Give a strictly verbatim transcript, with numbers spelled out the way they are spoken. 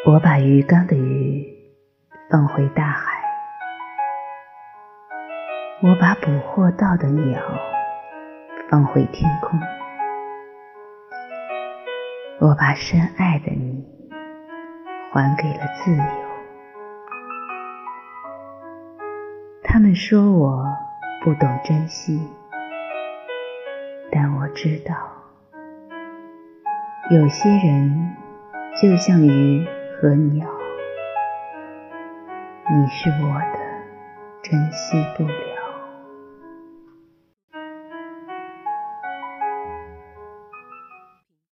我把鱼缸的鱼放回大海，我把捕获到的鸟放回天空，我把深爱的你还给了自由。他们说我不懂珍惜，但我知道，有些人就像鱼和鸟，你是我的，珍惜不了。